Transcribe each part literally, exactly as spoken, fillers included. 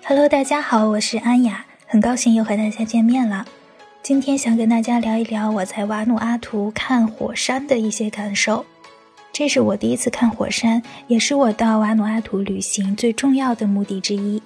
Hello， 大家好，我是安雅，很高兴又和大家见面了。今天想跟大家聊一聊我在瓦努阿图看火山的一些感受。这是我第一次看火山，也是我到瓦努阿图旅行最重要的目的之一。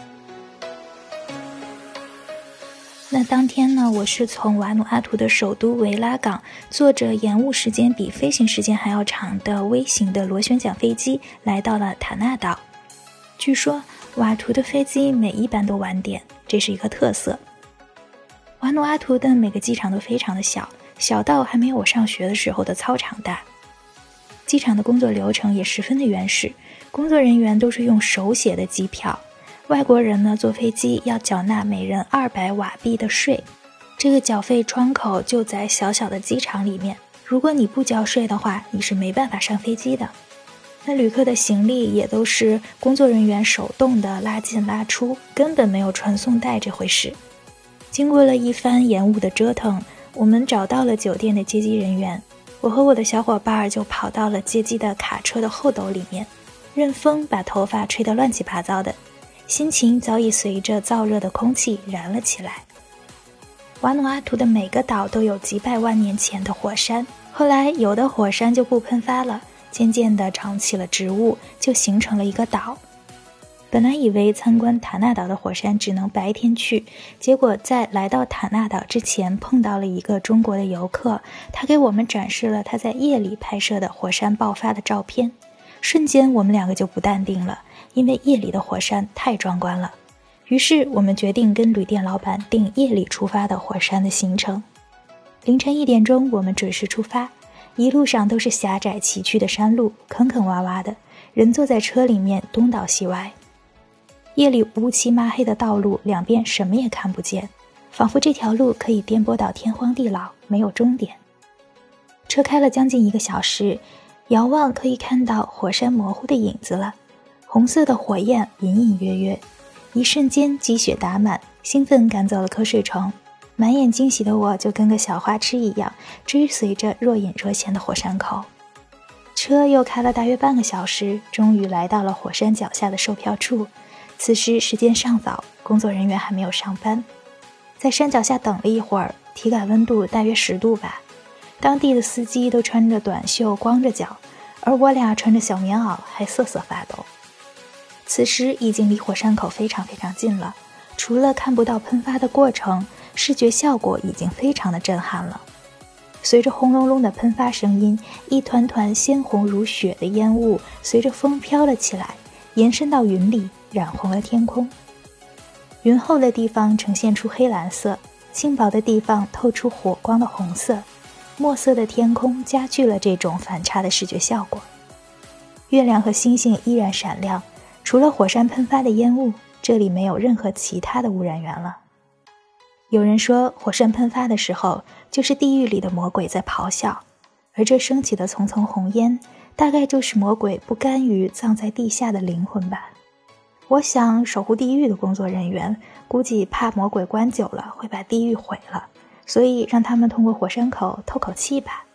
那当天呢，我是从瓦努阿图的首都维拉港坐着延误时间比飞行时间还要长的微型的螺旋桨飞机来到了塔纳岛。据说瓦图的飞机每一班都晚点，这是一个特色。瓦努阿图的每个机场都非常的小，小到还没有我上学的时候的操场大。机场的工作流程也十分的原始，工作人员都是用手写的机票。外国人呢，坐飞机要缴纳每人二百瓦币的税，这个缴费窗口就在小小的机场里面。如果你不交税的话，你是没办法上飞机的。那旅客的行李也都是工作人员手动的拉进拉出，根本没有传送带这回事。经过了一番延误的折腾，我们找到了酒店的接机人员，我和我的小伙伴就跑到了接机的卡车的后斗里面，任风把头发吹得乱七八糟的，心情早已随着燥热的空气燃了起来。瓦努阿图的每个岛都有几百万年前的火山，后来有的火山就不喷发了，渐渐地长起了植物，就形成了一个岛。本来以为参观塔纳岛的火山只能白天去，结果在来到塔纳岛之前碰到了一个中国的游客，他给我们展示了他在夜里拍摄的火山爆发的照片。瞬间我们两个就不淡定了，因为夜里的火山太壮观了。于是我们决定跟旅店老板订夜里出发的火山的行程。凌晨一点钟我们准时出发，一路上都是狭窄崎岖的山路，坑坑洼洼的，人坐在车里面东倒西歪。夜里乌漆抹黑的道路，两边什么也看不见，仿佛这条路可以颠簸到天荒地老，没有终点。车开了将近一个小时，遥望可以看到火山模糊的影子了，红色的火焰隐隐约约。一瞬间积雪打满，兴奋赶走了瞌睡虫，满眼惊喜的我就跟个小花痴一样，追随着若隐若现的火山口。车又开了大约半个小时，终于来到了火山脚下的售票处。此时时间尚早，工作人员还没有上班。在山脚下等了一会儿，体感温度大约十度吧。当地的司机都穿着短袖光着脚，而我俩穿着小棉袄还瑟瑟发抖。此时已经离火山口非常非常近了，除了看不到喷发的过程，视觉效果已经非常的震撼了。随着轰隆隆的喷发声音，一团团鲜红如血的烟雾随着风飘了起来，延伸到云里，染红了天空。云厚的地方呈现出黑蓝色，轻薄的地方透出火光的红色，墨色的天空加剧了这种反差的视觉效果。月亮和星星依然闪亮，除了火山喷发的烟雾，这里没有任何其他的污染源了。有人说，火山喷发的时候，就是地狱里的魔鬼在咆哮，而这升起的层层红烟，大概就是魔鬼不甘于葬在地下的灵魂吧。我想守护地狱的工作人员估计怕魔鬼关久了会把地狱毁了，所以让他们通过火山口透口气吧。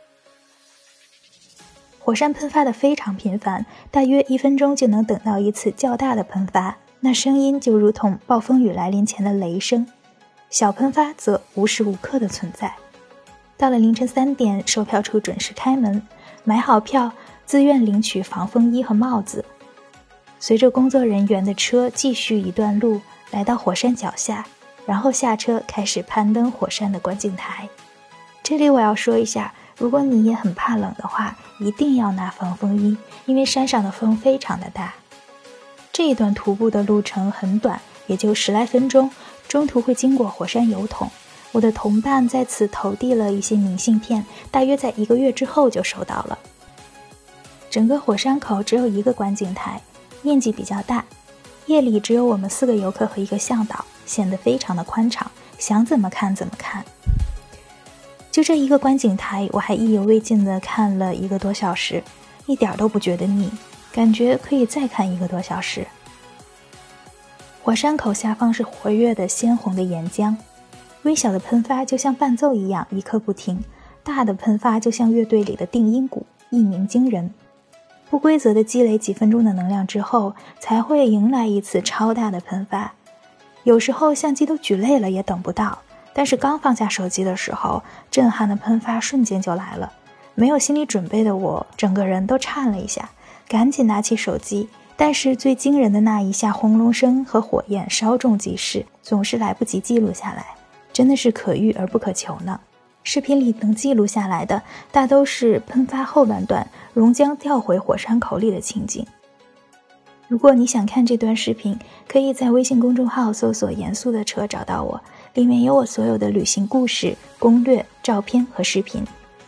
火山喷发的非常频繁，大约一分钟就能等到一次较大的喷发，那声音就如同暴风雨来临前的雷声。小喷发则无时无刻的存在。到了凌晨三点，售票处准时开门，买好票，自愿领取防风衣和帽子。随着工作人员的车继续一段路，来到火山脚下，然后下车开始攀登火山的观景台。这里我要说一下，如果你也很怕冷的话，一定要拿防风衣，因为山上的风非常的大。这一段徒步的路程很短，也就十来分钟，中途会经过火山油桶。我的同伴在此投递了一些明信片，大约在一个月之后就收到了。整个火山口只有一个观景台，面积比较大，夜里只有我们四个游客和一个向导，显得非常的宽敞，想怎么看怎么看。就这一个观景台，我还意犹未尽地看了一个多小时，一点都不觉得腻，感觉可以再看一个多小时。火山口下方是活跃的鲜红的岩浆，微小的喷发就像伴奏一样一刻不停，大的喷发就像乐队里的定音鼓，一鸣惊人。 不规则的积累几分钟的能量之后，才会迎来一次超大的喷发。有时候相机都举累了也等不到，但是刚放下手机的时候，震撼的喷发瞬间就来了。没有心理准备的我，整个人都颤了一下，赶紧拿起手机，但是最惊人的那一下轰隆声和火焰稍纵即逝，总是来不及记录下来，真的是可遇而不可求呢。视频里能记录下来的大都是喷发后半段熔浆掉回火山口里的情景。如果你想看这段视频，可以在微信公众号搜索严肃的车找到我，里面有我所有的旅行故事、攻略、照片和视频。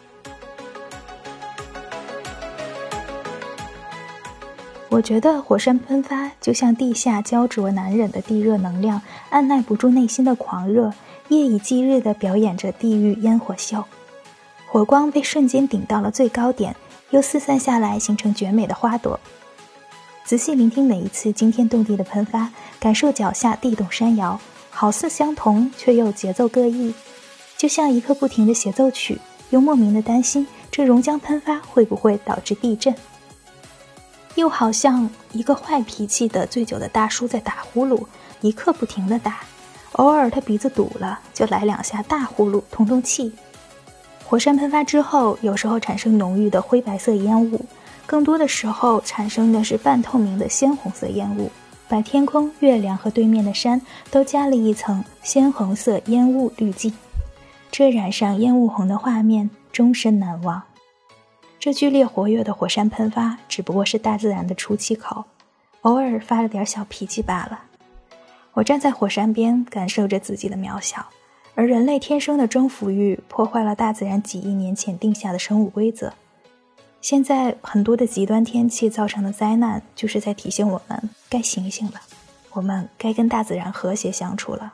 我觉得火山喷发就像地下焦灼难忍的地热能量，按耐不住内心的狂热，夜以继日地表演着地狱烟火秀。火光被瞬间顶到了最高点，又四散下来形成绝美的花朵。仔细聆听每一次惊天动地的喷发，感受脚下地动山摇，好似相同却又节奏各异，就像一刻不停的协奏曲，又莫名的担心这熔浆喷发会不会导致地震。又好像一个坏脾气的醉酒的大叔在打呼噜，一刻不停地打，偶尔他鼻子堵了就来两下大呼噜通通气。火山喷发之后，有时候产生浓郁的灰白色烟雾，更多的时候产生的是半透明的鲜红色烟雾，把天空、月亮和对面的山都加了一层鲜红色烟雾滤镜，这染上烟雾红的画面终身难忘。这剧烈活跃的火山喷发只不过是大自然的出气口，偶尔发了点小脾气罢了。我站在火山边，感受着自己的渺小，而人类天生的征服欲破坏了大自然几亿年前定下的生物规则。现在很多的极端天气造成的灾难，就是在提醒我们该醒醒了，我们该跟大自然和谐相处了。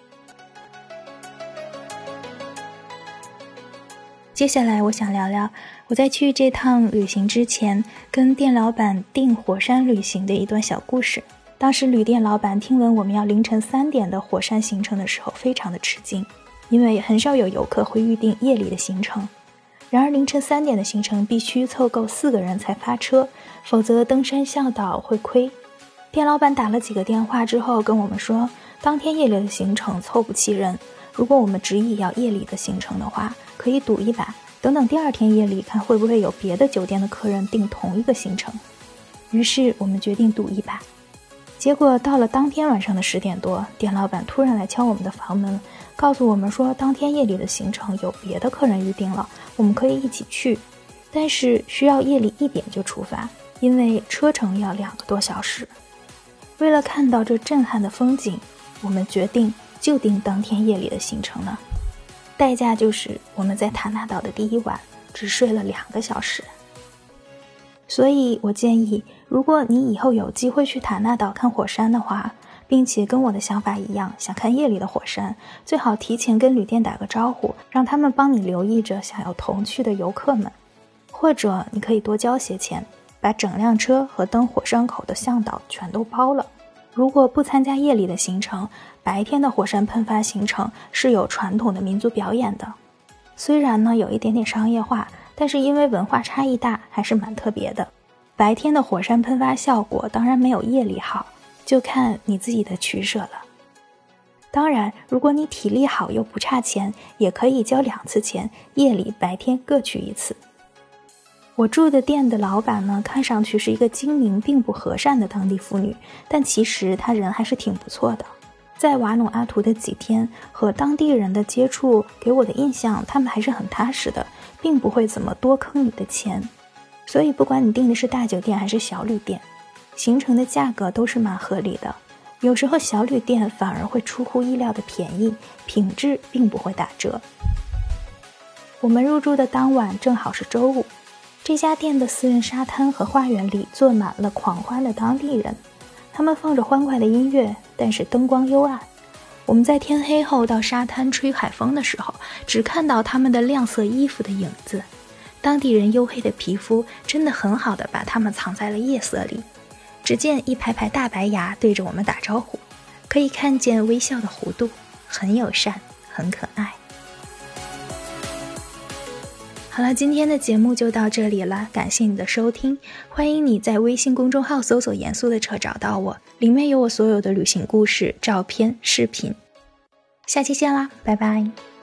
接下来我想聊聊我在去这趟旅行之前跟店老板订火山旅行的一段小故事。当时旅店老板听闻我们要凌晨三点的火山行程的时候，非常的吃惊，因为很少有游客会预定夜里的行程。然而凌晨三点的行程必须凑够四个人才发车，否则登山向导会亏。店老板打了几个电话之后跟我们说，当天夜里的行程凑不齐人，如果我们执意要夜里的行程的话，可以赌一把，等等第二天夜里看会不会有别的酒店的客人订同一个行程。于是我们决定赌一把。结果到了当天晚上的十点多，店老板突然来敲我们的房门，告诉我们说当天夜里的行程有别的客人预定了，我们可以一起去，但是需要夜里一点就出发，因为车程要两个多小时。为了看到这震撼的风景，我们决定就订当天夜里的行程了。代价就是我们在塔纳岛的第一晚只睡了两个小时。所以我建议，如果你以后有机会去塔纳岛看火山的话，并且跟我的想法一样，想看夜里的火山，最好提前跟旅店打个招呼，让他们帮你留意着想要同去的游客们。或者你可以多交些钱，把整辆车和登火山口的向导全都包了。如果不参加夜里的行程，白天的火山喷发行程是有传统的民族表演的。虽然呢有一点点商业化，但是因为文化差异大，还是蛮特别的。白天的火山喷发效果当然没有夜里好，就看你自己的取舍了。当然，如果你体力好又不差钱，也可以交两次钱，夜里白天各去一次。我住的店的老板呢，看上去是一个精明并不和善的当地妇女，但其实她人还是挺不错的。在瓦努阿图的几天和当地人的接触，给我的印象他们还是很踏实的，并不会怎么多坑你的钱。所以不管你订的是大酒店还是小旅店，行程的价格都是蛮合理的。有时候小旅店反而会出乎意料的便宜，品质并不会打折。我们入住的当晚正好是周五，这家店的私人沙滩和花园里坐满了狂欢的当地人，他们放着欢快的音乐，但是灯光幽暗。我们在天黑后到沙滩吹海风的时候，只看到他们的亮色衣服的影子。当地人黝黑的皮肤真的很好的把他们藏在了夜色里。只见一排排大白牙对着我们打招呼，可以看见微笑的弧度，很友善，很可爱。 好了，今天的节目就到这里了，感谢你的收听，欢迎你在微信公众号搜索严肃的扯找到我，里面有我所有的旅行故事、照片、视频。下期见啦，拜拜。